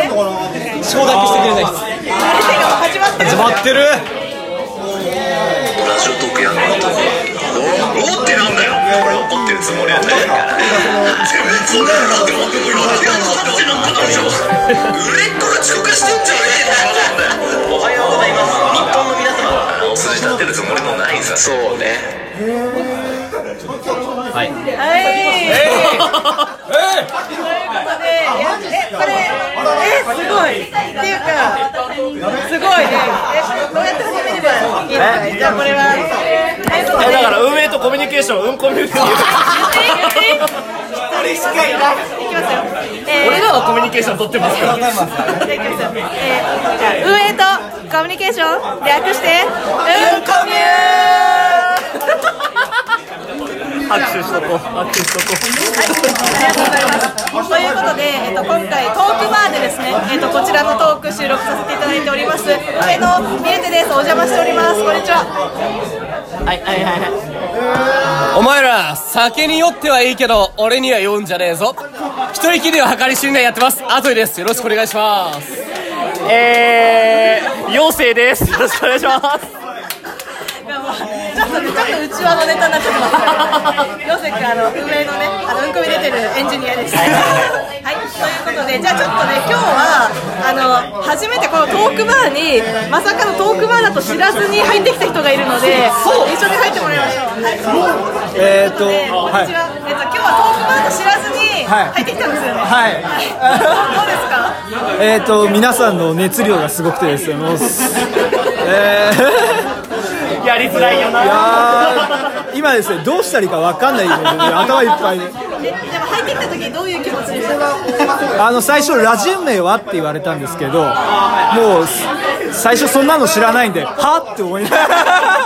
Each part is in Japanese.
承諾してくれないです。始まってる。 ラジオトークやんの後おってなんだよ。俺怒ってるつもりはないから全然そんなのって僕これ何が勝手なんだでしょ。売れっ子が遅刻してんじゃねえんだよ。おはようございます。日本の皆様お筋立ってるつもりもないさ。そうね。 はい。 ということで、これすごいっていうかすごいね。どうやって始めればいいのか。じゃあこれはだから運営とコミュニケーション、コミュニケーション一人しかいない。いきますよ。 俺らはコミュニケーション取ってますから。 じゃあ運営とコミュニケーション略してうんコミュ拍手しとこう。 はい、ありがとうございます。ということで、今回トークバーでですね、こちらのトーク収録させていただいております上野ミエテです。お邪魔しております。こんにちは。 お前ら酒に酔ってはいいけど俺には酔うんじゃねえぞ。一人きりは計り知りないやってます。アトイです。よろしくお願いします。 妖精です。よろしくお願いします。 ちょっと内輪のネタになっちゃってますけど、妖精君運営のねうんこみ出てるエンジニアです。はい、ということで、じゃあちょっとね今日は初めてこのトークバーにまさかのトークバーだと知らずに入ってきた人がいるので、一緒に入ってもらいましょう。はい、こんにちは。今日はトークバーと知らずに入ってきたんですよね。 はい。 どうですか？ 皆さんの熱量がすごくてですね、もうやりづらいよな。 いや今ですね、どうしたらいいか分かんないので、頭いっぱいで。 でも入ってきた時どういう気持ちでしたか？ 最初ラジオ名はって言われたんですけど、もう最初そんなの知らないんで、はって思いながら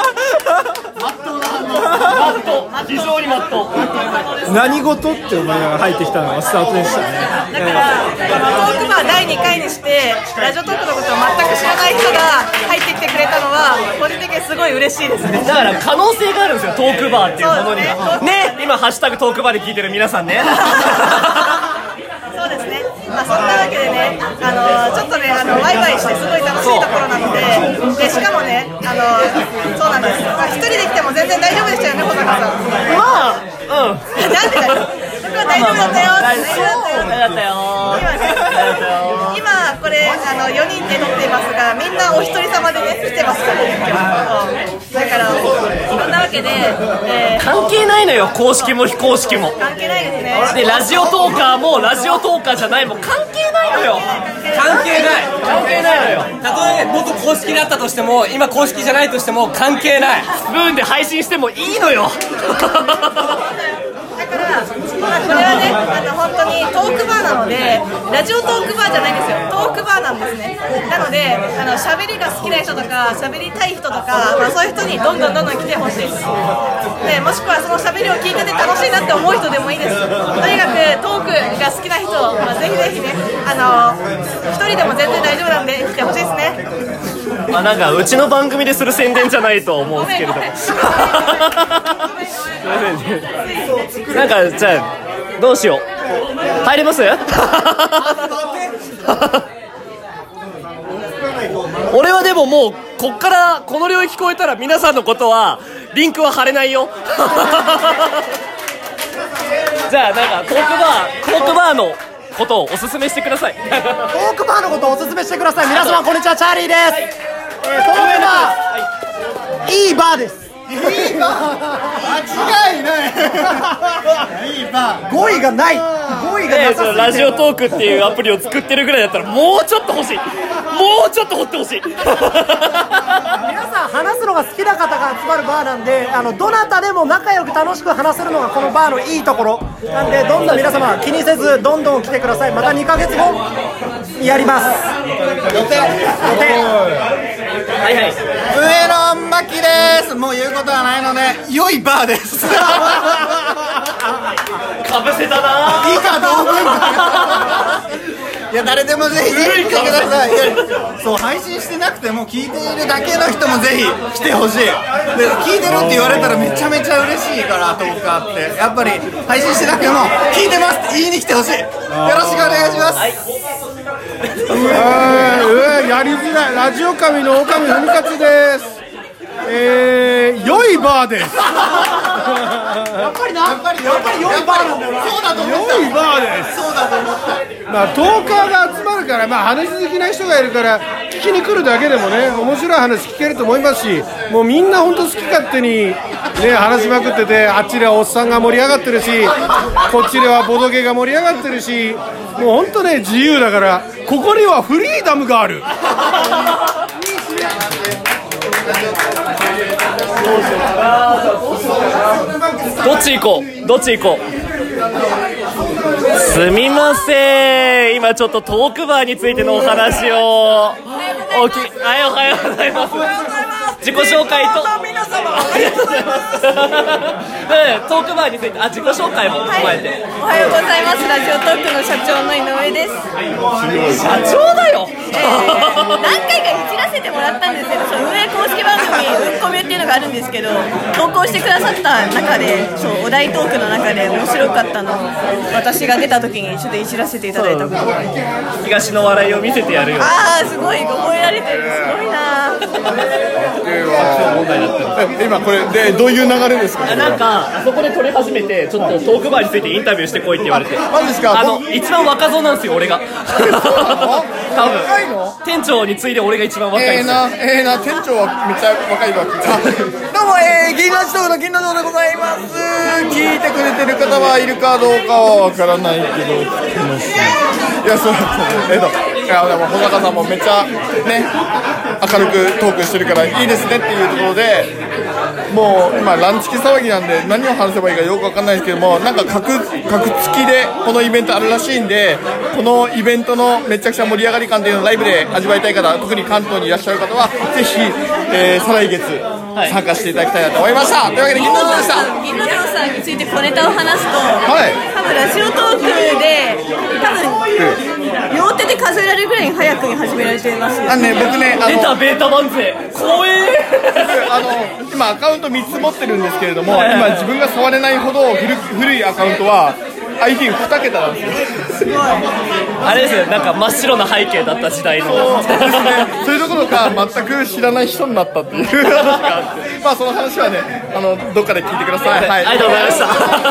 非常にマット。 何事って思いながら入ってきたのがスタートでしたね。 だからトークバー第2回にしてラジオトークのことを全く知らない人が入ってきてくれたのは個人的にすごい嬉しいですね。 だから可能性があるんですよ、トークバーっていうものにはね。今ハッシュタグトークバーで聞いてる皆さんね。 そうですね。そんなわけでね、ちょっとねワイワイしてすごい楽しいところなので、しかもねそうなんです。一人で来ても全然大丈夫でしたよね、小坂さん。 まあなんでだよ。僕は大丈夫だったよ。 大丈夫だったよ。 今これ4人で撮っていますが、みんなお一人様でね来てますからね、今日。だからそんなわけで、 関係ないのよ、公式も非公式も。 関係ないですね。 でラジオトーカーもラジオトーカーじゃないも関係ないのよ。 関係ない。 関係ないのよ。 たとえ元公式だったとしても今公式じゃないとしても関係ない。 スプーンで配信してもいいのよ。 だからこれはね本当にトークバーなので、ラジオトークバーじゃないんですよ、トークバーなんですね。なので喋りが好きな人とか喋りたい人とか、そういう人にどんどん来てほしいです。でもしくはその喋りを聞いてて楽しいなって思う人でもいいです。とにかくトークが好きな人、ぜひぜひね一人でも全然大丈夫なんで来てほしいですね。 なんかうちの番組でする宣伝じゃないと思うんですけれども。なんかじゃあどうしよう。入れます？俺はでももうこっからこの領域超えたら皆さんのことはリンクは貼れないよ。じゃあなんかトークバーのことをおすすめしてください。 トークバーのことをおすすめしてください。皆様こんにちは、チャーリーです。トークバー、いいバーです。いいバー、間違いない。いいバー、語彙がない。語彙がなさすぎて、 ラジオトークっていうアプリを作ってるぐらいだったらもうちょっと欲しい。もうちょっと掘ってほしい。 皆さん話すのが好きな方が集まるバーなんで、どなたでも仲良く楽しく話せるのがこのバーのいいところなんで、どんどん皆様気にせずどんどん来てください。また2ヶ月後やります。予定。 はいはい。 上野真希です。もう言うことはないので、良いバーです。 かぶせたな。 以下同文化。いや、誰でもぜひ来てください。そう、配信してなくても聞いているだけの人もぜひ来てほしい。で、聞いてるって言われたらめちゃめちゃ嬉しいから、トークあって、やっぱり配信してなくても聞いてますって言いに来てほしい。よろしくお願いします。 やりづらい。ラジオ神の岡見文勝です。良いバーです。 やっぱり良いバーなんだよな。そうだと思った。 良いバーです。そうだと思った。まあトーカーが集まるから、まあ話好きな人がいるから聞きに来るだけでもね、面白い話聞けると思いますし、もうみんな本当好き勝手にね話しまくってて、あっちではおっさんが盛り上がってるし、こっちではボドゲが盛り上がってるし、もう本当ね自由だから、ここにはフリーダムがある。 どっち行こう。すみません、今ちょっとトークバーについてのお話をおはようございます。自己紹介と皆様ありがとうございます。トークバーについて自己紹介も踏まえて、 おはようございます。ラジオトークの社長の井上です。 社長だよ。 何回かいじらせてもらったんですけど、運営公式番組うんこみっていうのがあるんですけど、投稿してくださった中で、お題トークの中で面白かったのを私が出た時にちょっといじらせていただいたことが、 東の笑いを見せてやるよ。 すごい覚えられてる。すごいな。 今これでどういう流れですか？ なんかあそこで撮り始めて、ちょっとトークバーについてインタビューしてこいって言われて、 マジですか？ 一番若造なんですよ俺が。多分店長に次いで俺が一番若いですよ。 店長はめっちゃ若いわけ。どうも銀ラジトークの銀ラジオでございます。聞いてくれてる方はいるかどうかはわからないけど、いやそういやでも保坂さんもめっちゃね明るくトークしてるからいいですねっていうところで、もう今ランチキ騒ぎなんで何を話せばいいかよくわかんないですけども、なんか格付きでこのイベントあるらしいんで、このイベントのめちゃくちゃ盛り上がり感っていうのをライブで味わいたい方、特に関東にいらっしゃる方はぜひ、再来月参加していただきたいなと思いました。というわけで銀の城でした。 銀の城さんについて小ネタを話すと、多分ラジオトークで両手で数えられるぐらいに早くに始められていますよね。 僕ね出たベータ漫才怖今アカウント3つ持ってるんですけれども、今自分が触れないほど古いアカウントは ID2 桁なんですよ。すごいあれですよ、なんか真っ白な背景だった時代のそういうところか全く知らない人になったっていう話があって、まあその話はねどっかで聞いてください。 ありがとうございました。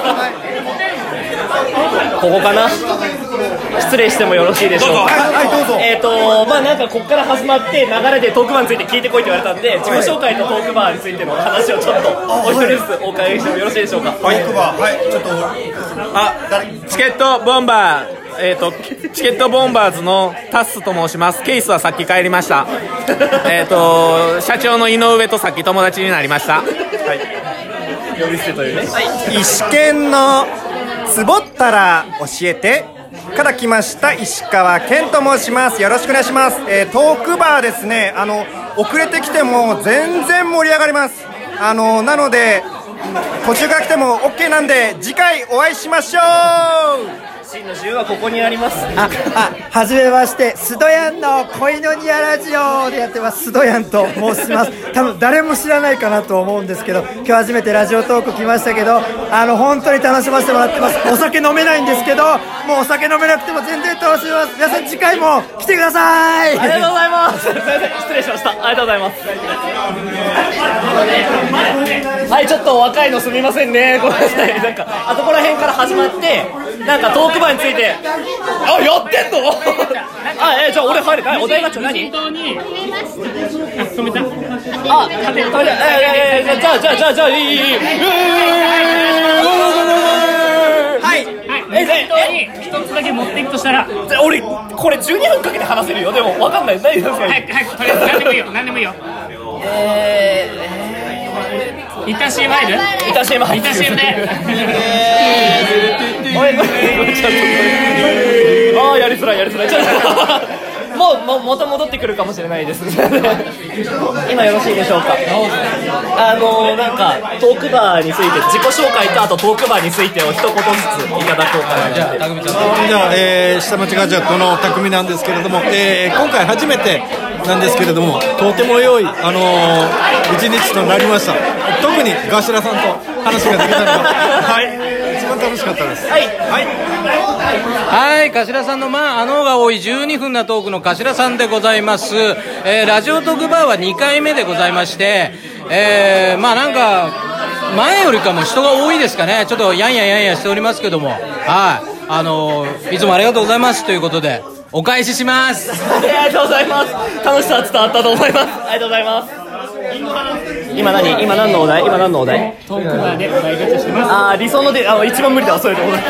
ここかな、失礼してもよろしいでしょうか。どうぞ。まあなんかここから始まって流れでトークバーについて聞いてこいって言われたんで、自己紹介とトークバーについての話をちょっとお一人ずつお伺いしてもよろしいでしょうか。 トークバー、ちょっとチケットボンバー、チケットボンバーズのタッスと申します。ケースはさっき帰りました。社長の井上とさっき友達になりました。 呼び捨てというね。 石剣のつぼったら教えてから来ました石川健と申します。よろしくお願いします。トークバーですね、遅れてきても全然盛り上がります。なので途中から来ても OK なんで次回お会いしましょう。 真の自由はここにあります。 はじめまして、スドヤンの恋のニアラジオでやってますスドヤンと申します。多分誰も知らないかなと思うんですけど、今日初めてラジオトーク来ましたけど、本当に楽しませてもらってます。お酒飲めないんですけど、もうお酒飲めなくても全然楽しめます。皆さん次回も来てください。 ありがとうございます。すいません、失礼しました。ありがとうございます。はい、ちょっと若いのすみませんね、ごめんなさい。なんかあそこら辺から始まって、なんかトークバーについてやってんのじゃあ俺入るか。お題ガチャ何？止めた？じゃあいい。 一つだけ持っていくとしたら、 俺これ12分かけて話せるよ。でも分かんない。何ですか？ 早くとりあえず何でもいいよ。何でもいいよ。イタ CM 入る？ イタ CM でやりづらいちょっともうまた戻ってくるかもしれないです今よろしいでしょうか。なんかトークバーについて自己紹介と、あとトークバーについてを一言ずついただこうかな。じゃあ下町ガジャットの匠なんですけれども、今回初めてなんですけれども、とても良い一日となりました。特にガシラさんと話ができたのが一番楽楽しかったです。 はい、 はい、頭さんのあのが多い12分なトークの頭さんでございます。ラジオトークバーは2回目でございまして、なんか前よりかも人が多いですかね。ちょっとやんやしておりますけども、はい、いつもありがとうございますということでお返しします。 ありがとうございます。楽しさは伝わったと思います。ありがとうございます。今何のお題？トークバーでお題ガチャしてます。 理想ので一番無理だわ、それでございます。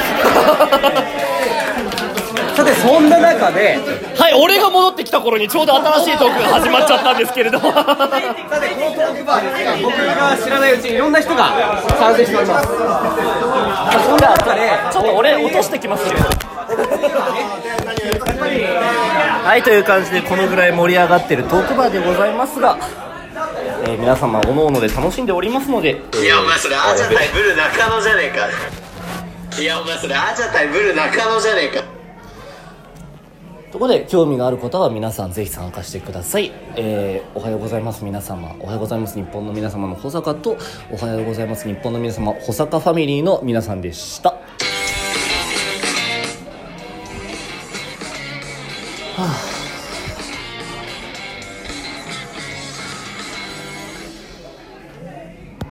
さてそんな中で、 はい、俺が戻ってきた頃にちょうど新しいトークが始まっちゃったんですけれども、 さてこのトークバーですが、僕が知らないうちにいろんな人が参戦しております。そんな中でちょっと俺落としてきますけどはい、という感じでこのぐらい盛り上がってるトークバーでございますが、皆様おのおので楽しんでおりますので、 いやお前それアジャ対ブル中野じゃねえか。いやお前それアジャ対ブル中野じゃねえか。 ところで興味がある方は皆さんぜひ参加してください。おはようございます皆様、おはようございます日本の皆様の保坂と、おはようございます日本の皆様保坂ファミリーの皆さんでした。はあ